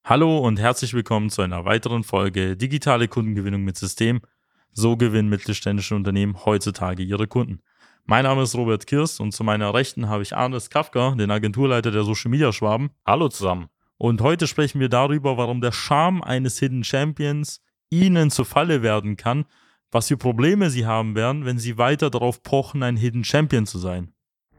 Hallo und herzlich willkommen zu einer weiteren Folge Digitale Kundengewinnung mit System. So gewinnen mittelständische Unternehmen heutzutage ihre Kunden. Mein Name ist Robert Kirst und zu meiner Rechten habe ich Arnes Kafka, den Agenturleiter der Social Media Schwaben. Hallo zusammen. Und heute sprechen wir darüber, warum der Charme eines Hidden Champions Ihnen zur Falle werden kann, was für Probleme Sie haben werden, wenn Sie weiter darauf pochen, ein Hidden Champion zu sein.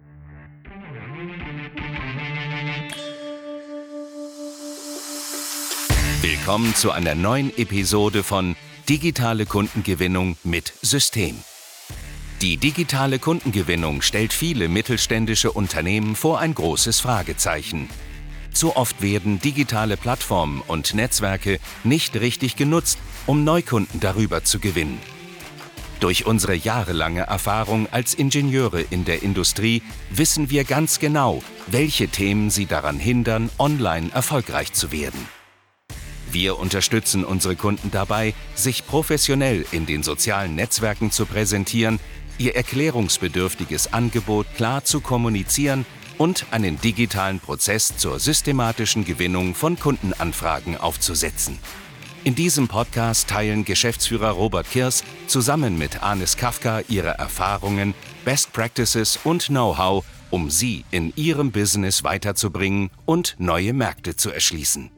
Willkommen zu einer neuen Episode von Digitale Kundengewinnung mit System. Die digitale Kundengewinnung stellt viele mittelständische Unternehmen vor ein großes Fragezeichen. Zu oft werden digitale Plattformen und Netzwerke nicht richtig genutzt, um Neukunden darüber zu gewinnen. Durch unsere jahrelange Erfahrung als Ingenieure in der Industrie wissen wir ganz genau, welche Themen sie daran hindern, online erfolgreich zu werden. Wir unterstützen unsere Kunden dabei, sich professionell in den sozialen Netzwerken zu präsentieren, ihr erklärungsbedürftiges Angebot klar zu kommunizieren und einen digitalen Prozess zur systematischen Gewinnung von Kundenanfragen aufzusetzen. In diesem Podcast teilen Geschäftsführer Robert Kirst zusammen mit Arnes Kafka ihre Erfahrungen, Best Practices und Know-how, um sie in ihrem Business weiterzubringen und neue Märkte zu erschließen.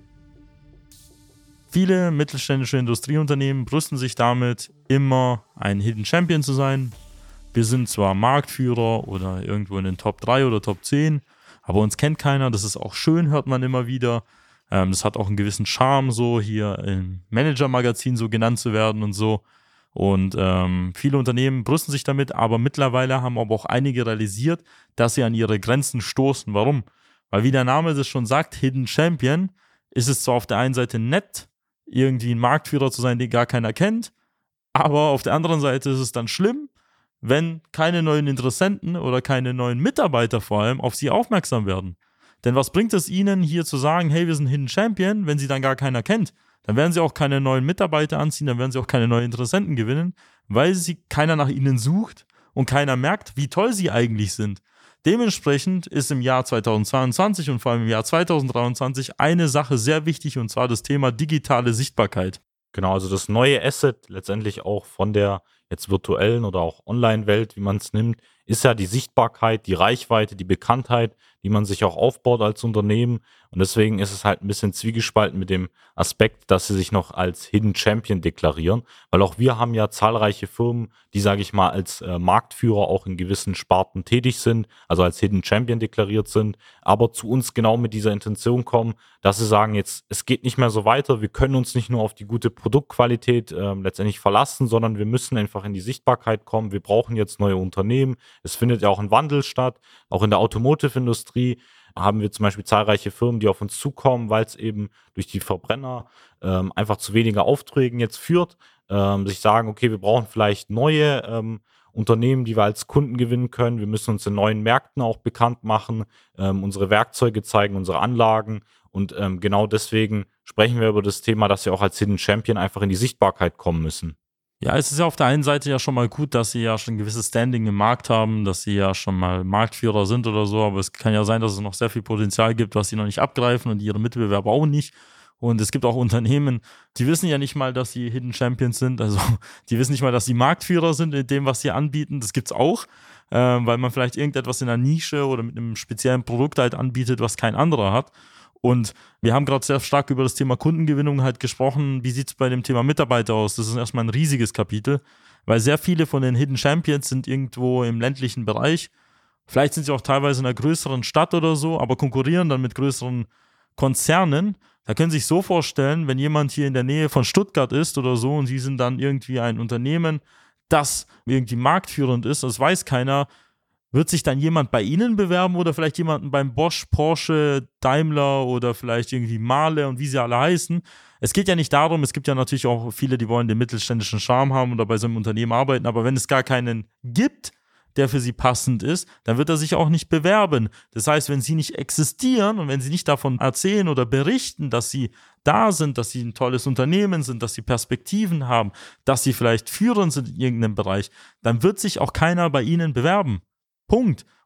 Viele mittelständische Industrieunternehmen brüsten sich damit, immer ein Hidden Champion zu sein. Wir sind zwar Marktführer oder irgendwo in den Top 3 oder Top 10, aber uns kennt keiner. Das ist auch schön, hört man immer wieder. Das hat auch einen gewissen Charme, so hier im Manager-Magazin so genannt zu werden und so. Und viele Unternehmen brüsten sich damit, aber mittlerweile haben aber auch einige realisiert, dass sie an ihre Grenzen stoßen. Warum? Weil wie der Name das schon sagt, Hidden Champion, ist es zwar auf der einen Seite nett, irgendwie ein Marktführer zu sein, den gar keiner kennt, aber auf der anderen Seite ist es dann schlimm, wenn keine neuen Interessenten oder keine neuen Mitarbeiter vor allem auf sie aufmerksam werden. Denn was bringt es ihnen, hier zu sagen, hey, wir sind Hidden Champion, wenn sie dann gar keiner kennt? Dann werden sie auch keine neuen Mitarbeiter anziehen, dann werden sie auch keine neuen Interessenten gewinnen, weil keiner nach ihnen sucht und keiner merkt, wie toll sie eigentlich sind. Dementsprechend ist im Jahr 2022 und vor allem im Jahr 2023 eine Sache sehr wichtig, und zwar das Thema digitale Sichtbarkeit. Genau, also das neue Asset letztendlich auch von der jetzt virtuellen oder auch Online-Welt, wie man es nimmt, ist ja die Sichtbarkeit, die Reichweite, die Bekanntheit, die man sich auch aufbaut als Unternehmen. Und deswegen ist es halt ein bisschen zwiegespalten mit dem Aspekt, dass sie sich noch als Hidden Champion deklarieren. Weil auch wir haben ja zahlreiche Firmen, die, sage ich mal, als Marktführer auch in gewissen Sparten tätig sind, also als Hidden Champion deklariert sind, aber zu uns genau mit dieser Intention kommen, dass sie sagen, jetzt, es geht nicht mehr so weiter, wir können uns nicht nur auf die gute Produktqualität letztendlich verlassen, sondern wir müssen einfach in die Sichtbarkeit kommen. Wir brauchen jetzt neue Unternehmen. Es findet ja auch ein Wandel statt. Auch in der Automotive-Industrie haben wir zum Beispiel zahlreiche Firmen, die auf uns zukommen, weil es eben durch die Verbrenner einfach zu weniger Aufträgen jetzt führt. Sich sagen, okay, wir brauchen vielleicht neue Unternehmen, die wir als Kunden gewinnen können. Wir müssen uns in neuen Märkten auch bekannt machen, unsere Werkzeuge zeigen, unsere Anlagen. Und genau deswegen sprechen wir über das Thema, dass wir auch als Hidden Champion einfach in die Sichtbarkeit kommen müssen. Ja, es ist ja auf der einen Seite ja schon mal gut, dass sie ja schon ein gewisses Standing im Markt haben, dass sie ja schon mal Marktführer sind oder so, aber es kann ja sein, dass es noch sehr viel Potenzial gibt, was sie noch nicht abgreifen und ihre Mitbewerber auch nicht. Und es gibt auch Unternehmen, die wissen ja nicht mal, dass sie Hidden Champions sind, also die wissen nicht mal, dass sie Marktführer sind in dem, was sie anbieten. Das gibt's auch, weil man vielleicht irgendetwas in einer Nische oder mit einem speziellen Produkt halt anbietet, was kein anderer hat. Und wir haben gerade sehr stark über das Thema Kundengewinnung halt gesprochen. Wie sieht es bei dem Thema Mitarbeiter aus? Das ist erstmal ein riesiges Kapitel, weil sehr viele von den Hidden Champions sind irgendwo im ländlichen Bereich. Vielleicht sind sie auch teilweise in einer größeren Stadt oder so, aber konkurrieren dann mit größeren Konzernen. Da können Sie sich so vorstellen, wenn jemand hier in der Nähe von Stuttgart ist oder so und Sie sind dann irgendwie ein Unternehmen, das irgendwie marktführend ist, das weiß keiner. Wird sich dann jemand bei Ihnen bewerben oder vielleicht jemanden beim Bosch, Porsche, Daimler oder vielleicht irgendwie Mahle und wie sie alle heißen? Es geht ja nicht darum, es gibt ja natürlich auch viele, die wollen den mittelständischen Charme haben oder bei so einem Unternehmen arbeiten, aber wenn es gar keinen gibt, der für sie passend ist, dann wird er sich auch nicht bewerben. Das heißt, wenn sie nicht existieren und wenn sie nicht davon erzählen oder berichten, dass sie da sind, dass sie ein tolles Unternehmen sind, dass sie Perspektiven haben, dass sie vielleicht führend sind in irgendeinem Bereich, dann wird sich auch keiner bei ihnen bewerben. Punkt.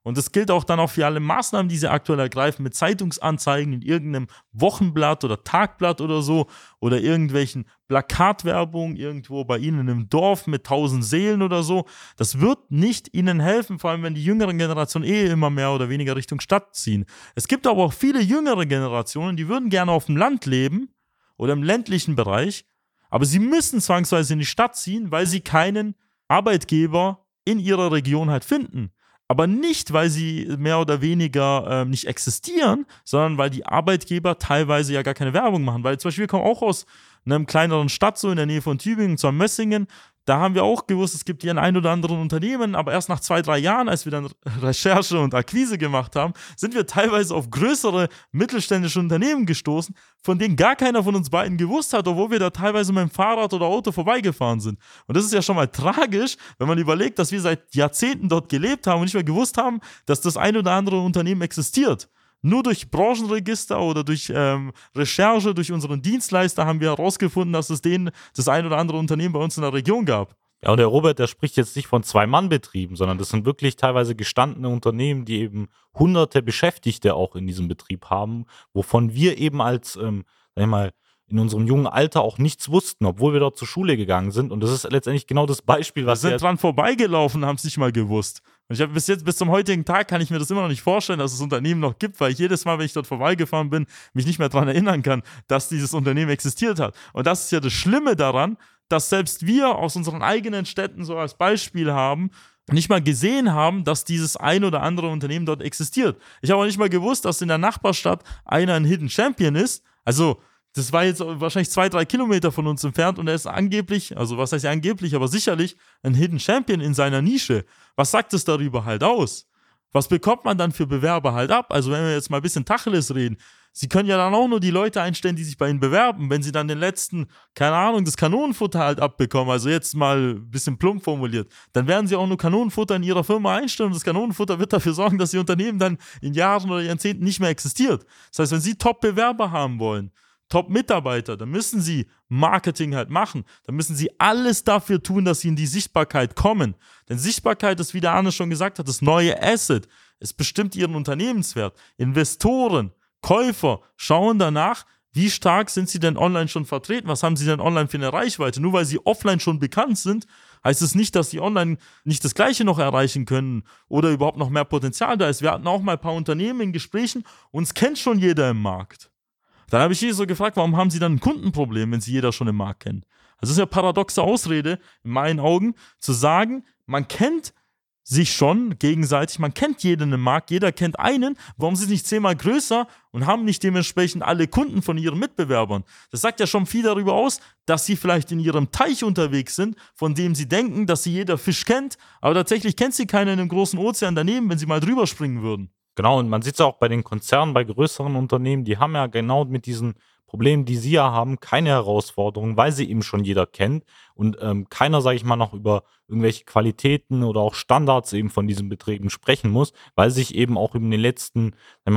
Und das gilt auch dann auch für alle Maßnahmen, die sie aktuell ergreifen, mit Zeitungsanzeigen in irgendeinem Wochenblatt oder Tagblatt oder so oder irgendwelchen Plakatwerbung irgendwo bei ihnen im Dorf mit 1000 Seelen oder so. Das wird nicht ihnen helfen, vor allem wenn die jüngeren Generationen immer mehr oder weniger Richtung Stadt ziehen. Es gibt aber auch viele jüngere Generationen, die würden gerne auf dem Land leben oder im ländlichen Bereich, aber sie müssen zwangsweise in die Stadt ziehen, weil sie keinen Arbeitgeber in ihrer Region halt finden. Aber nicht, weil sie mehr oder weniger nicht existieren, sondern weil die Arbeitgeber teilweise ja gar keine Werbung machen. Weil zum Beispiel wir kommen auch aus einem kleineren Stadt, so in der Nähe von Tübingen, zwar Mössingen. Da haben wir auch gewusst, es gibt hier ein oder anderen Unternehmen, aber erst nach 2-3 Jahren, als wir dann Recherche und Akquise gemacht haben, sind wir teilweise auf größere mittelständische Unternehmen gestoßen, von denen gar keiner von uns beiden gewusst hat, obwohl wir da teilweise mit dem Fahrrad oder Auto vorbeigefahren sind. Und das ist ja schon mal tragisch, wenn man überlegt, dass wir seit Jahrzehnten dort gelebt haben und nicht mehr gewusst haben, dass das ein oder andere Unternehmen existiert. Nur durch Branchenregister oder durch Recherche, durch unseren Dienstleister haben wir herausgefunden, dass es das ein oder andere Unternehmen bei uns in der Region gab. Ja, und der Robert, der spricht jetzt nicht von 2-Mann-Betrieben, sondern das sind wirklich teilweise gestandene Unternehmen, die eben hunderte Beschäftigte auch in diesem Betrieb haben, wovon wir eben als, sag ich mal, in unserem jungen Alter auch nichts wussten, obwohl wir dort zur Schule gegangen sind. Und das ist letztendlich genau das Beispiel, was wir sind dran vorbeigelaufen und haben es nicht mal gewusst. Und ich habe bis zum heutigen Tag kann ich mir das immer noch nicht vorstellen, dass es Unternehmen noch gibt, weil ich jedes Mal, wenn ich dort vorbeigefahren bin, mich nicht mehr daran erinnern kann, dass dieses Unternehmen existiert hat. Und das ist ja das Schlimme daran, dass selbst wir aus unseren eigenen Städten so als Beispiel haben, nicht mal gesehen haben, dass dieses ein oder andere Unternehmen dort existiert. Ich habe auch nicht mal gewusst, dass in der Nachbarstadt einer ein Hidden Champion ist. Also das war jetzt wahrscheinlich 2-3 Kilometer von uns entfernt und er ist angeblich, also was heißt angeblich, aber sicherlich ein Hidden Champion in seiner Nische. Was sagt es darüber halt aus? Was bekommt man dann für Bewerber halt ab? Also wenn wir jetzt mal ein bisschen Tacheles reden, sie können ja dann auch nur die Leute einstellen, die sich bei ihnen bewerben. Wenn sie dann den letzten, keine Ahnung, das Kanonenfutter halt abbekommen, also jetzt mal ein bisschen plump formuliert, dann werden sie auch nur Kanonenfutter in ihrer Firma einstellen und das Kanonenfutter wird dafür sorgen, dass ihr Unternehmen dann in Jahren oder Jahrzehnten nicht mehr existiert. Das heißt, wenn sie Top-Bewerber haben wollen, Top-Mitarbeiter, dann müssen sie Marketing halt machen. Dann müssen sie alles dafür tun, dass sie in die Sichtbarkeit kommen. Denn Sichtbarkeit ist, wie der Arne schon gesagt hat, das neue Asset. Es bestimmt ihren Unternehmenswert. Investoren, Käufer schauen danach, wie stark sind sie denn online schon vertreten? Was haben sie denn online für eine Reichweite? Nur weil sie offline schon bekannt sind, heißt es nicht, dass sie online nicht das Gleiche noch erreichen können oder überhaupt noch mehr Potenzial da ist. Wir hatten auch mal ein paar Unternehmen in Gesprächen, uns kennt schon jeder im Markt. Dann habe ich hier so gefragt, warum haben sie dann ein Kundenproblem, wenn sie jeder schon im Markt kennt? Also das ist ja paradoxe Ausrede, in meinen Augen, zu sagen, man kennt sich schon gegenseitig, man kennt jeden im Markt, jeder kennt einen, warum sind sie nicht 10-mal größer und haben nicht dementsprechend alle Kunden von ihren Mitbewerbern? Das sagt ja schon viel darüber aus, dass sie vielleicht in ihrem Teich unterwegs sind, von dem sie denken, dass sie jeder Fisch kennt, aber tatsächlich kennt sie keinen in einem großen Ozean daneben, wenn sie mal drüber springen würden. Genau, und man sieht es auch bei den Konzernen, bei größeren Unternehmen, die haben ja genau mit diesen Problemen, die sie ja haben, keine Herausforderungen, weil sie eben schon jeder kennt und keiner, sage ich mal, noch über irgendwelche Qualitäten oder auch Standards eben von diesen Betrieben sprechen muss, weil sich eben auch in den letzten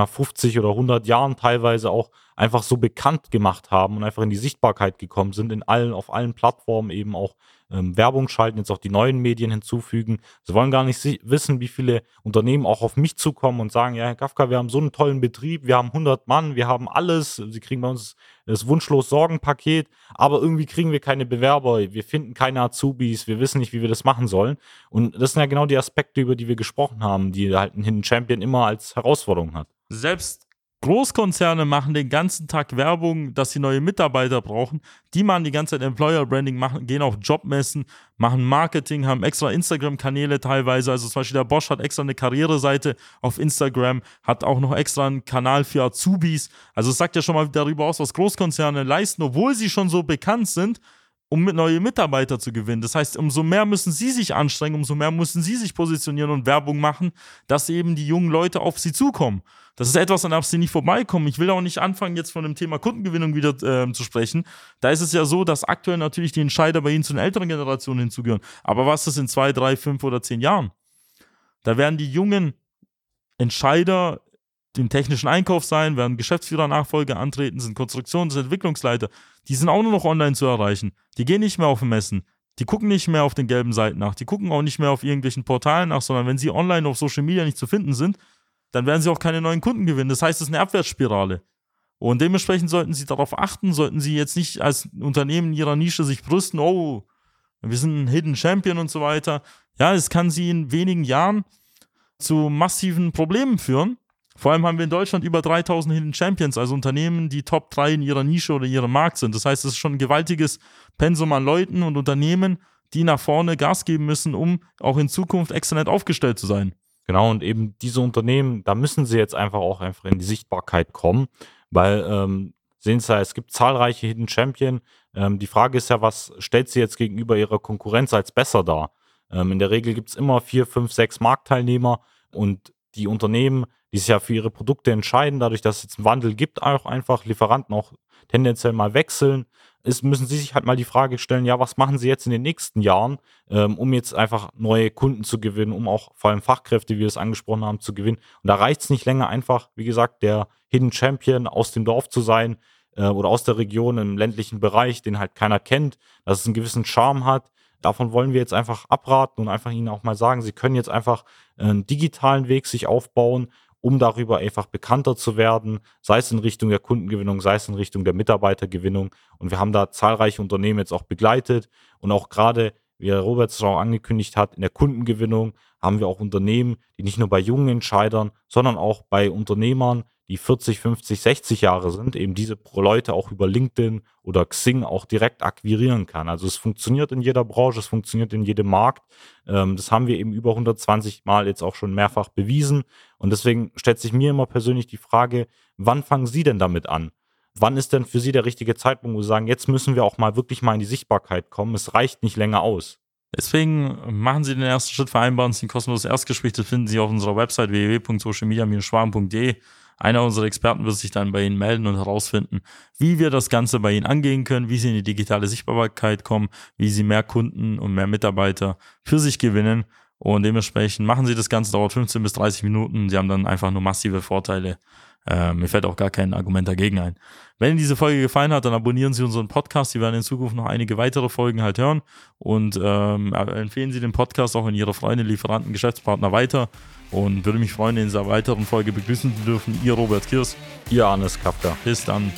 50 oder 100 Jahren teilweise auch einfach so bekannt gemacht haben und einfach in die Sichtbarkeit gekommen sind, auf allen Plattformen eben auch Werbung schalten, jetzt auch die neuen Medien hinzufügen. Sie wollen gar nicht wissen, wie viele Unternehmen auch auf mich zukommen und sagen, ja, Herr Gafka, wir haben so einen tollen Betrieb, wir haben 100 Mann, wir haben alles, Sie kriegen bei uns das Wunschlos-Sorgen-Paket, aber irgendwie kriegen wir keine Bewerber, wir finden keine Azubis, wir wissen nicht, wie wir das machen sollen. Und das sind ja genau die Aspekte, über die wir gesprochen haben, die halt ein Hidden Champion immer als Herausforderung hat. Selbst Großkonzerne machen den ganzen Tag Werbung, dass sie neue Mitarbeiter brauchen. Die machen die ganze Zeit Employer-Branding, gehen auf Jobmessen, machen Marketing, haben extra Instagram-Kanäle teilweise. Also zum Beispiel der Bosch hat extra eine Karriereseite auf Instagram, hat auch noch extra einen Kanal für Azubis. Also es sagt ja schon mal darüber aus, was Großkonzerne leisten, obwohl sie schon so bekannt sind, um neue Mitarbeiter zu gewinnen. Das heißt, umso mehr müssen sie sich anstrengen, umso mehr müssen sie sich positionieren und Werbung machen, dass eben die jungen Leute auf sie zukommen. Das ist etwas, an das sie nicht vorbeikommen. Ich will auch nicht anfangen, jetzt von dem Thema Kundengewinnung wieder zu sprechen. Da ist es ja so, dass aktuell natürlich die Entscheider bei ihnen zu den älteren Generationen hinzugehören. Aber was ist in 2, 3, 5 oder 10 Jahren? Da werden die jungen Entscheider im technischen Einkauf sein, werden Geschäftsführer-Nachfolger antreten, sind Konstruktions- und Entwicklungsleiter. Die sind auch nur noch online zu erreichen. Die gehen nicht mehr auf Messen. Die gucken nicht mehr auf den gelben Seiten nach, die gucken auch nicht mehr auf irgendwelchen Portalen nach, sondern wenn sie online auf Social Media nicht zu finden sind, dann werden sie auch keine neuen Kunden gewinnen. Das heißt, es ist eine Abwärtsspirale. Und dementsprechend sollten sie darauf achten, sollten sie jetzt nicht als Unternehmen in ihrer Nische sich brüsten, oh, wir sind ein Hidden Champion und so weiter. Ja, es kann sie in wenigen Jahren zu massiven Problemen führen. Vor allem haben wir in Deutschland über 3000 Hidden Champions, also Unternehmen, die Top 3 in ihrer Nische oder ihrem Markt sind. Das heißt, es ist schon ein gewaltiges Pensum an Leuten und Unternehmen, die nach vorne Gas geben müssen, um auch in Zukunft exzellent aufgestellt zu sein. Genau, und eben diese Unternehmen, da müssen sie jetzt einfach in die Sichtbarkeit kommen, weil sehen Sie ja, es gibt zahlreiche Hidden Champion. Die Frage ist ja, was stellt sie jetzt gegenüber ihrer Konkurrenz als besser dar? In der Regel gibt es immer 4, 5, 6 Marktteilnehmer und die Unternehmen, die sich ja für ihre Produkte entscheiden, dadurch, dass es jetzt einen Wandel gibt, auch einfach Lieferanten auch tendenziell mal wechseln, müssen sie sich halt mal die Frage stellen, ja, was machen sie jetzt in den nächsten Jahren, um jetzt einfach neue Kunden zu gewinnen, um auch vor allem Fachkräfte, wie wir es angesprochen haben, zu gewinnen. Und da reicht es nicht länger einfach, wie gesagt, der Hidden Champion aus dem Dorf zu sein oder aus der Region im ländlichen Bereich, den halt keiner kennt, dass es einen gewissen Charme hat. Davon wollen wir jetzt einfach abraten und einfach ihnen auch mal sagen, sie können jetzt einfach einen digitalen Weg sich aufbauen, um darüber einfach bekannter zu werden, sei es in Richtung der Kundengewinnung, sei es in Richtung der Mitarbeitergewinnung. Und wir haben da zahlreiche Unternehmen jetzt auch begleitet und auch gerade, wie Herr Robert es auch angekündigt hat, in der Kundengewinnung haben wir auch Unternehmen, die nicht nur bei jungen Entscheidern, sondern auch bei Unternehmern, die 40, 50, 60 Jahre sind, eben diese Leute auch über LinkedIn oder Xing auch direkt akquirieren kann. Also es funktioniert in jeder Branche, es funktioniert in jedem Markt. Das haben wir eben über 120 Mal jetzt auch schon mehrfach bewiesen. Und deswegen stellt sich mir immer persönlich die Frage, wann fangen Sie denn damit an? Wann ist denn für Sie der richtige Zeitpunkt, wo Sie sagen, jetzt müssen wir auch mal wirklich mal in die Sichtbarkeit kommen, es reicht nicht länger aus? Deswegen machen Sie den ersten Schritt, vereinbaren Sie ein kostenloses Erstgespräch, das finden Sie auf unserer Website www.socialmedia-schwaben.de. Einer unserer Experten wird sich dann bei Ihnen melden und herausfinden, wie wir das Ganze bei Ihnen angehen können, wie Sie in die digitale Sichtbarkeit kommen, wie Sie mehr Kunden und mehr Mitarbeiter für sich gewinnen. Und dementsprechend machen Sie das Ganze, dauert 15 bis 30 Minuten. Sie haben dann einfach nur massive Vorteile. Mir fällt auch gar kein Argument dagegen ein. Wenn Ihnen diese Folge gefallen hat, dann abonnieren Sie unseren Podcast. Sie werden in Zukunft noch einige weitere Folgen halt hören. Und empfehlen Sie den Podcast auch an Ihre Freunde, Lieferanten, Geschäftspartner weiter. Und würde mich freuen, in dieser weiteren Folge begrüßen zu dürfen. Ihr Robert Kirs. Ihr Hannes Kafka. Bis dann.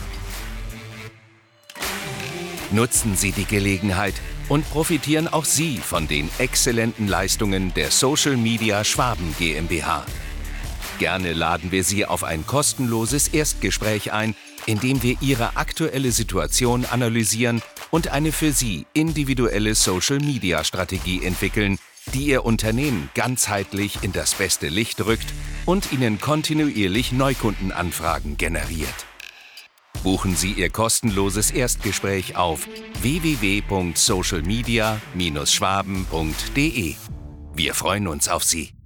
Nutzen Sie die Gelegenheit und profitieren auch Sie von den exzellenten Leistungen der Social Media Schwaben GmbH. Gerne laden wir Sie auf ein kostenloses Erstgespräch ein, in dem wir Ihre aktuelle Situation analysieren und eine für Sie individuelle Social-Media-Strategie entwickeln, die Ihr Unternehmen ganzheitlich in das beste Licht rückt und Ihnen kontinuierlich Neukundenanfragen generiert. Buchen Sie Ihr kostenloses Erstgespräch auf www.socialmedia-schwaben.de. Wir freuen uns auf Sie.